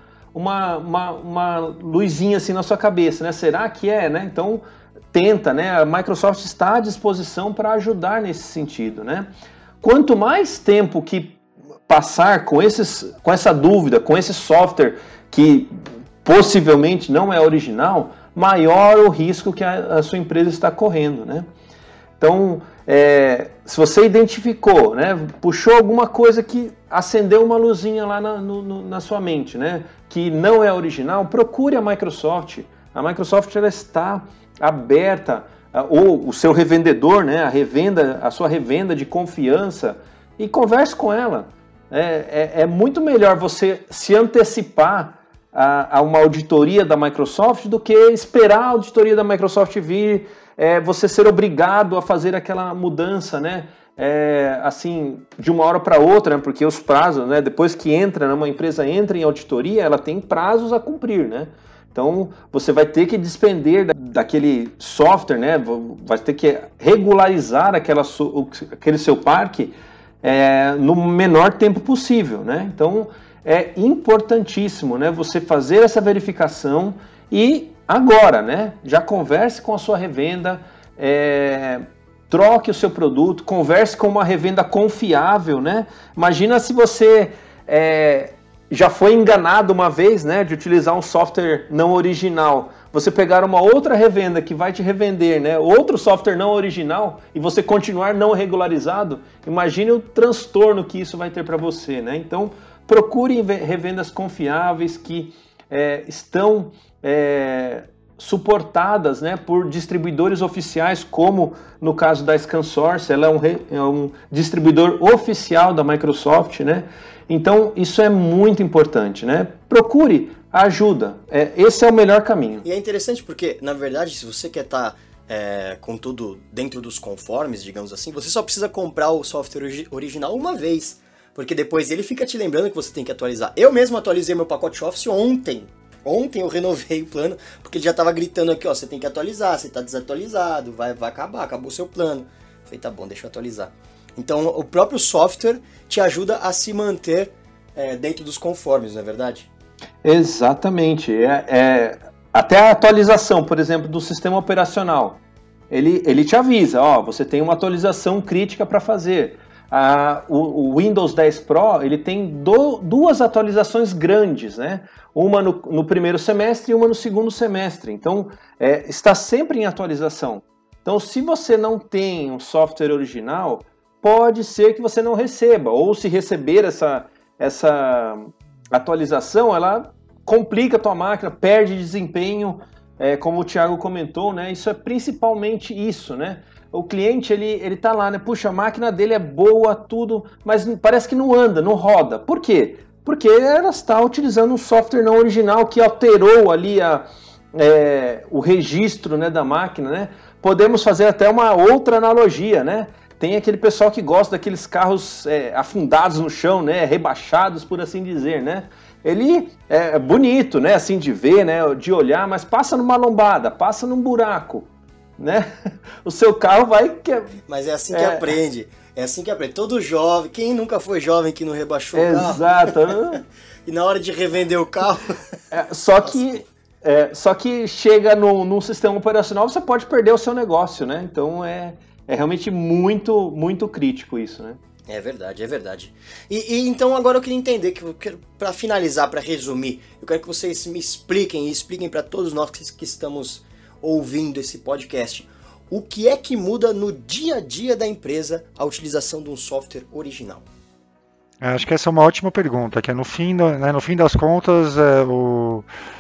uma luzinha assim na sua cabeça, né? Será que é, né? Então, tenta, né? A Microsoft está à disposição para ajudar nesse sentido, né? Quanto mais tempo que passar com essa dúvida, com esse software que possivelmente não é original, maior o risco que a sua empresa está correndo, né? Então, se você identificou, né, puxou alguma coisa que acendeu uma luzinha lá na sua mente, né, que não é original, procure a Microsoft. A Microsoft ela está aberta, ou o seu revendedor, né, a sua revenda de confiança, e converse com ela. É muito melhor você se antecipar a uma auditoria da Microsoft do que esperar a auditoria da Microsoft vir, você ser obrigado a fazer aquela mudança, né? Assim, de uma hora para outra, né? Porque os prazos, né? Depois que uma empresa entra em auditoria, ela tem prazos a cumprir, né? Então, você vai ter que despender daquele software, né? Vai ter que regularizar aquele seu parque no menor tempo possível, né? Então, é importantíssimo, né? Você fazer essa verificação e agora, né? Já converse com a sua revenda, troque o seu produto, converse com uma revenda confiável, né? Imagina se você já foi enganado uma vez, né, de utilizar um software não original. Você pegar uma outra revenda que vai te revender, né, outro software não original e você continuar não regularizado, imagine o transtorno que isso vai ter para você, né? Então, procure revendas confiáveis que estão suportadas, né, por distribuidores oficiais, como no caso da ScanSource, ela é um distribuidor oficial da Microsoft, né? Então, isso é muito importante, né? Procure ajuda. Esse é o melhor caminho. E é interessante porque, na verdade, se você quer estar com tudo dentro dos conformes, digamos assim, você só precisa comprar o software original uma vez, porque depois ele fica te lembrando que você tem que atualizar. Eu mesmo atualizei meu pacote Office ontem. Ontem eu renovei o plano, porque ele já estava gritando aqui, ó, você tem que atualizar, você está desatualizado, vai acabou o seu plano. Eu falei, tá bom, deixa eu atualizar. Então, o próprio software te ajuda a se manter dentro dos conformes, não é verdade? Exatamente. Até a atualização, por exemplo, do sistema operacional. Ele te avisa, ó, você tem uma atualização crítica para fazer. O Windows 10 Pro, ele tem duas atualizações grandes, né? Uma no primeiro semestre e uma no segundo semestre. Então, está sempre em atualização. Então, se você não tem um software original, pode ser que você não receba, ou se receber essa atualização, ela complica a tua máquina, perde desempenho, como o Thiago comentou, né? Isso é principalmente isso, né? O cliente, ele tá lá, né? Puxa, a máquina dele é boa, tudo, mas parece que não anda, não roda. Por quê? Porque ela está utilizando um software não original que alterou ali o registro, né, da máquina, né? Podemos fazer até uma outra analogia, né? Tem aquele pessoal que gosta daqueles carros afundados no chão, né? Rebaixados, por assim dizer, né? Ele é bonito, né? Assim, de ver, né? De olhar, mas passa numa lombada, passa num buraco, né? O seu carro vai... Mas é assim que aprende. É assim que aprende. Todo jovem, quem nunca foi jovem que não rebaixou o carro? Exato. E na hora de revender o carro... Só que chega num sistema operacional, você pode perder o seu negócio, né? Então é realmente muito, muito crítico isso, né? É verdade, é verdade. E então agora eu queria entender, para finalizar, para resumir, eu quero que vocês me expliquem para todos nós que estamos ouvindo esse podcast, o que é que muda no dia a dia da empresa a utilização de um software original? Acho que essa é uma ótima pergunta, que no fim das contas,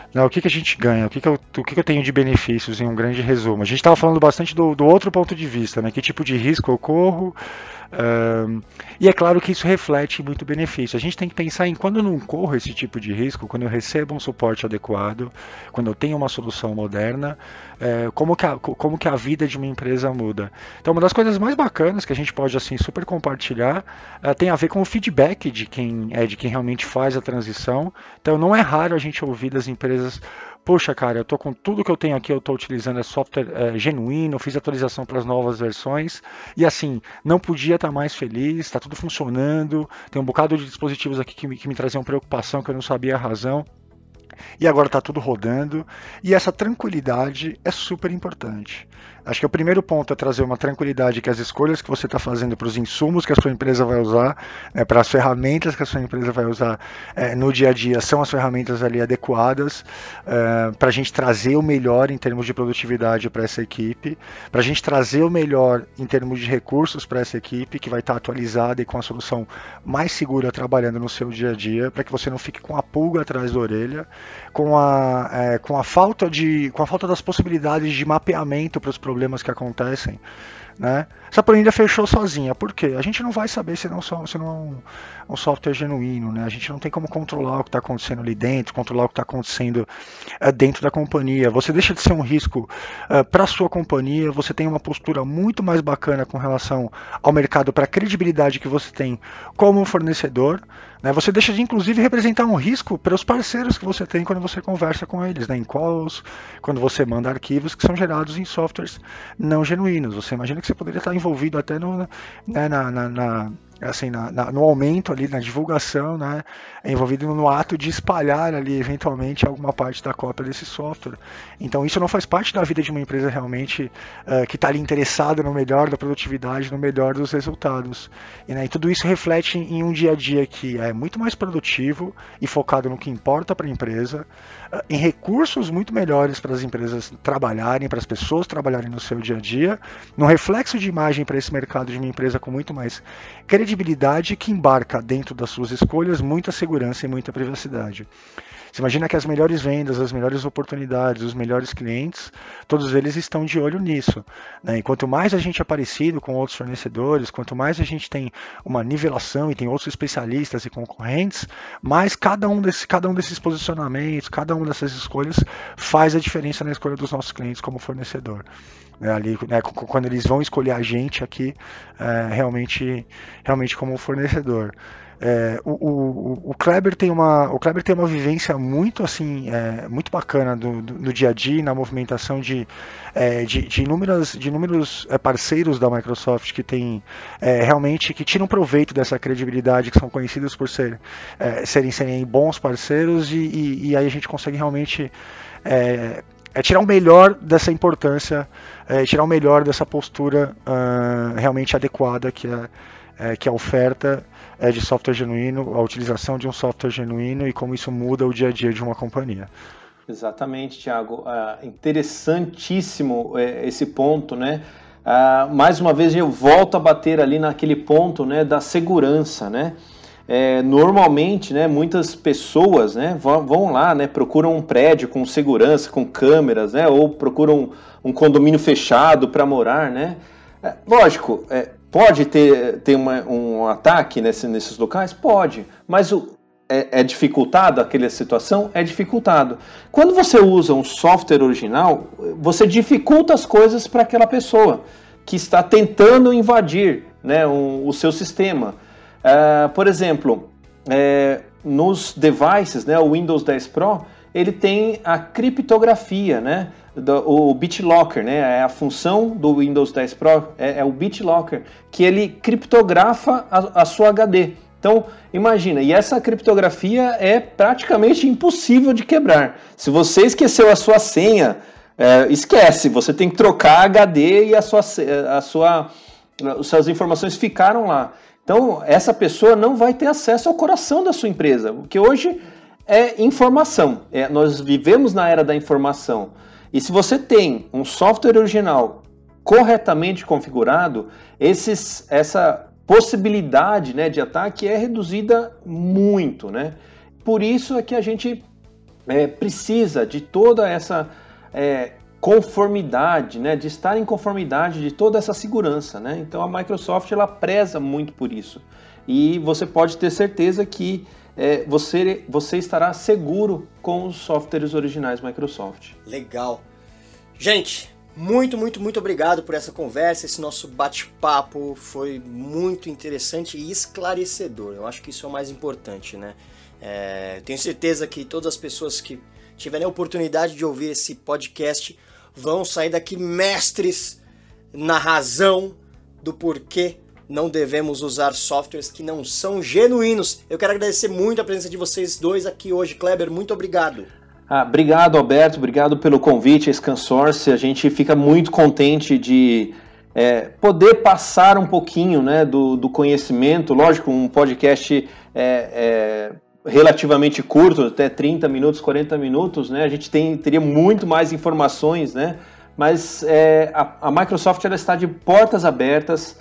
O que a gente ganha? O que eu tenho de benefícios em um grande resumo? A gente estava falando bastante do outro ponto de vista, né? Que tipo de risco eu corro? E é claro que isso reflete muito benefício. A gente tem que pensar em quando eu não corro esse tipo de risco, quando eu recebo um suporte adequado, quando eu tenho uma solução moderna, como que a vida de uma empresa muda. Então, uma das coisas mais bacanas que a gente pode assim super compartilhar tem a ver com o feedback de quem realmente faz a transição. Então, não é raro a gente ouvir das empresas: poxa, cara, eu tô com tudo que eu tenho aqui, eu tô utilizando software genuíno, fiz atualização para as novas versões e assim, não podia estar mais feliz, está tudo funcionando, tem um bocado de dispositivos aqui que me traziam preocupação, que eu não sabia a razão. E agora está tudo rodando, e essa tranquilidade é super importante. Acho que o primeiro ponto é trazer uma tranquilidade que as escolhas que você está fazendo para os insumos que a sua empresa vai usar, para as ferramentas que a sua empresa vai usar no dia a dia, são as ferramentas ali adequadas, para a gente trazer o melhor em termos de produtividade para essa equipe, para a gente trazer o melhor em termos de recursos para essa equipe, que vai estar atualizada e com a solução mais segura trabalhando no seu dia a dia, para que você não fique com a pulga atrás da orelha, com a falta das possibilidades de mapeamento para os problemas que acontecem, né? Essa planilha fechou sozinha. Por quê? A gente não vai saber se não é um software genuíno, né? A gente não tem como controlar o que está acontecendo ali dentro, controlar o que está acontecendo dentro da companhia. Você deixa de ser um risco para a sua companhia, você tem uma postura muito mais bacana com relação ao mercado, para a credibilidade que você tem como fornecedor, né? Você deixa de, inclusive, representar um risco para os parceiros que você tem quando você conversa com eles, né? Em calls, quando você manda arquivos que são gerados em softwares não genuínos. Você imagina que você poderia estar envolvido até no aumento ali, na divulgação, né, envolvido no ato de espalhar ali eventualmente alguma parte da cópia desse software. Então isso não faz parte da vida de uma empresa realmente que está ali interessada no melhor da produtividade, no melhor dos resultados. E tudo isso reflete em um dia a dia que é muito mais produtivo e focado no que importa para a empresa, em recursos muito melhores para as empresas trabalharem, para as pessoas trabalharem no seu dia a dia, num reflexo de imagem para esse mercado de uma empresa com muito mais credibilidade, que embarca dentro das suas escolhas muita segurança e muita privacidade. Você imagina que as melhores vendas, as melhores oportunidades, os melhores clientes, todos eles estão de olho nisso, né? E quanto mais a gente é parecido com outros fornecedores, quanto mais a gente tem uma nivelação e tem outros especialistas e concorrentes, mais cada um desses posicionamentos, cada uma dessas escolhas faz a diferença na escolha dos nossos clientes como fornecedor. Ali, né, quando eles vão escolher a gente aqui realmente como fornecedor. O Kleber tem uma vivência muito assim, muito bacana no dia a dia, na movimentação de inúmeros parceiros da Microsoft que tem realmente, que tiram proveito dessa credibilidade, que são conhecidos por serem bons parceiros, e aí a gente consegue realmente tirar o melhor dessa importância, tirar o melhor dessa postura realmente adequada que é a oferta de software genuíno, a utilização de um software genuíno e como isso muda o dia a dia de uma companhia. Exatamente, Thiago. Interessantíssimo esse ponto, né? Mais uma vez eu volto a bater ali naquele ponto, né, da segurança, né? Normalmente, né, muitas pessoas, né, vão lá, né, procuram um prédio com segurança, com câmeras, né, ou procuram um condomínio fechado para morar, né? Lógico, pode ter um ataque nesses locais? Pode, mas é dificultado aquela situação? É dificultado. Quando você usa um software original, você dificulta as coisas para aquela pessoa que está tentando invadir, né, o seu sistema. Por exemplo, nos devices, né, o Windows 10 Pro, ele tem a criptografia, né, o BitLocker, né, a função do Windows 10 Pro é o BitLocker, que ele criptografa a sua HD. Então, imagina, e essa criptografia é praticamente impossível de quebrar. Se você esqueceu a sua senha, esquece, você tem que trocar a HD e as suas informações ficaram lá. Então, essa pessoa não vai ter acesso ao coração da sua empresa, porque hoje é informação. Nós vivemos na era da informação. E se você tem um software original corretamente configurado, essa possibilidade, né, de ataque é reduzida muito, né? Por isso é que a gente precisa de toda essa conformidade, né, de estar em conformidade de toda essa segurança, né? Então a Microsoft ela preza muito por isso. E você pode ter certeza que você estará seguro com os softwares originais Microsoft. Legal. Gente, muito obrigado por essa conversa, esse nosso bate-papo foi muito interessante e esclarecedor. Eu acho que isso é o mais importante, né? Tenho certeza que todas as pessoas que tiverem a oportunidade de ouvir esse podcast vão sair daqui mestres na razão do porquê não devemos usar softwares que não são genuínos. Eu quero agradecer muito a presença de vocês dois aqui hoje. Kleber, muito obrigado. Obrigado, Alberto. Obrigado pelo convite, a ScanSource. A gente fica muito contente de poder passar um pouquinho, né, do conhecimento. Lógico, um podcast relativamente curto, até 30 minutos, 40 minutos, né? A gente teria muito mais informações, né? Mas a Microsoft ela está de portas abertas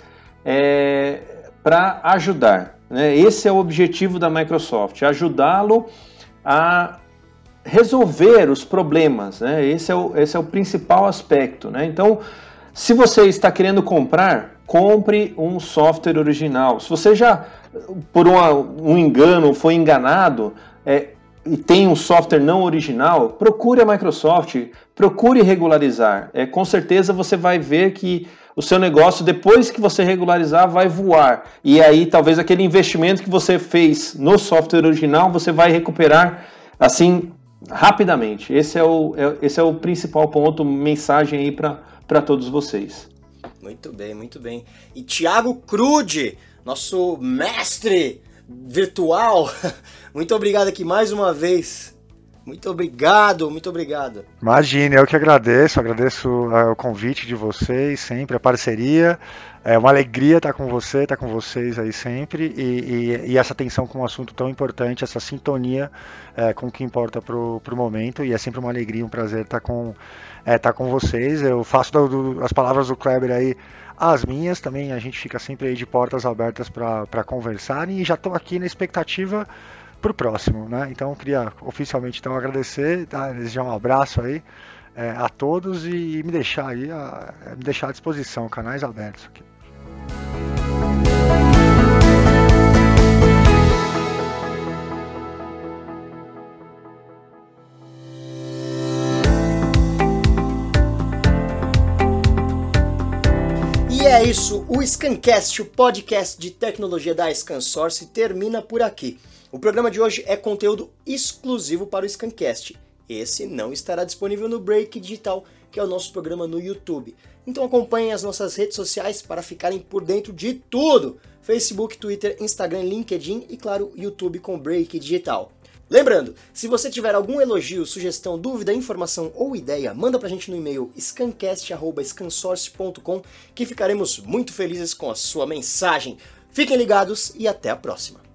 para ajudar, né? Esse é o objetivo da Microsoft, ajudá-lo a resolver os problemas, né? Esse é o principal aspecto, né? Então, se você está querendo comprar, compre um software original. Se você já, por um engano, foi enganado e tem um software não original, procure a Microsoft, procure regularizar. Com certeza você vai ver que o seu negócio, depois que você regularizar, vai voar. E aí, talvez aquele investimento que você fez no software original, você vai recuperar, assim, rapidamente. Esse é o principal ponto, mensagem aí para todos vocês. Muito bem. E Thiago Crude, nosso mestre virtual, muito obrigado aqui mais uma vez. Muito obrigado. Imagine, eu que agradeço o convite de vocês, sempre a parceria. É uma alegria estar com você, estar com vocês aí sempre e essa atenção com um assunto tão importante, essa sintonia com o que importa pro momento, e é sempre uma alegria, um prazer estar com vocês. Eu faço as palavras do Kleber aí as minhas também, a gente fica sempre aí de portas abertas para conversar, e já estou aqui na expectativa pro próximo, né? Então eu queria oficialmente agradecer, desejar um abraço aí a todos e me deixar à disposição, canais abertos aqui. E é isso, o ScanCast, o podcast de tecnologia da ScanSource, termina por aqui. O programa de hoje é conteúdo exclusivo para o ScanCast. Esse não estará disponível no Break Digital, que é o nosso programa no YouTube. Então acompanhem as nossas redes sociais para ficarem por dentro de tudo. Facebook, Twitter, Instagram, LinkedIn e, claro, YouTube com Break Digital. Lembrando, se você tiver algum elogio, sugestão, dúvida, informação ou ideia, manda pra gente no e-mail scancast@scansource.com, que ficaremos muito felizes com a sua mensagem. Fiquem ligados e até a próxima.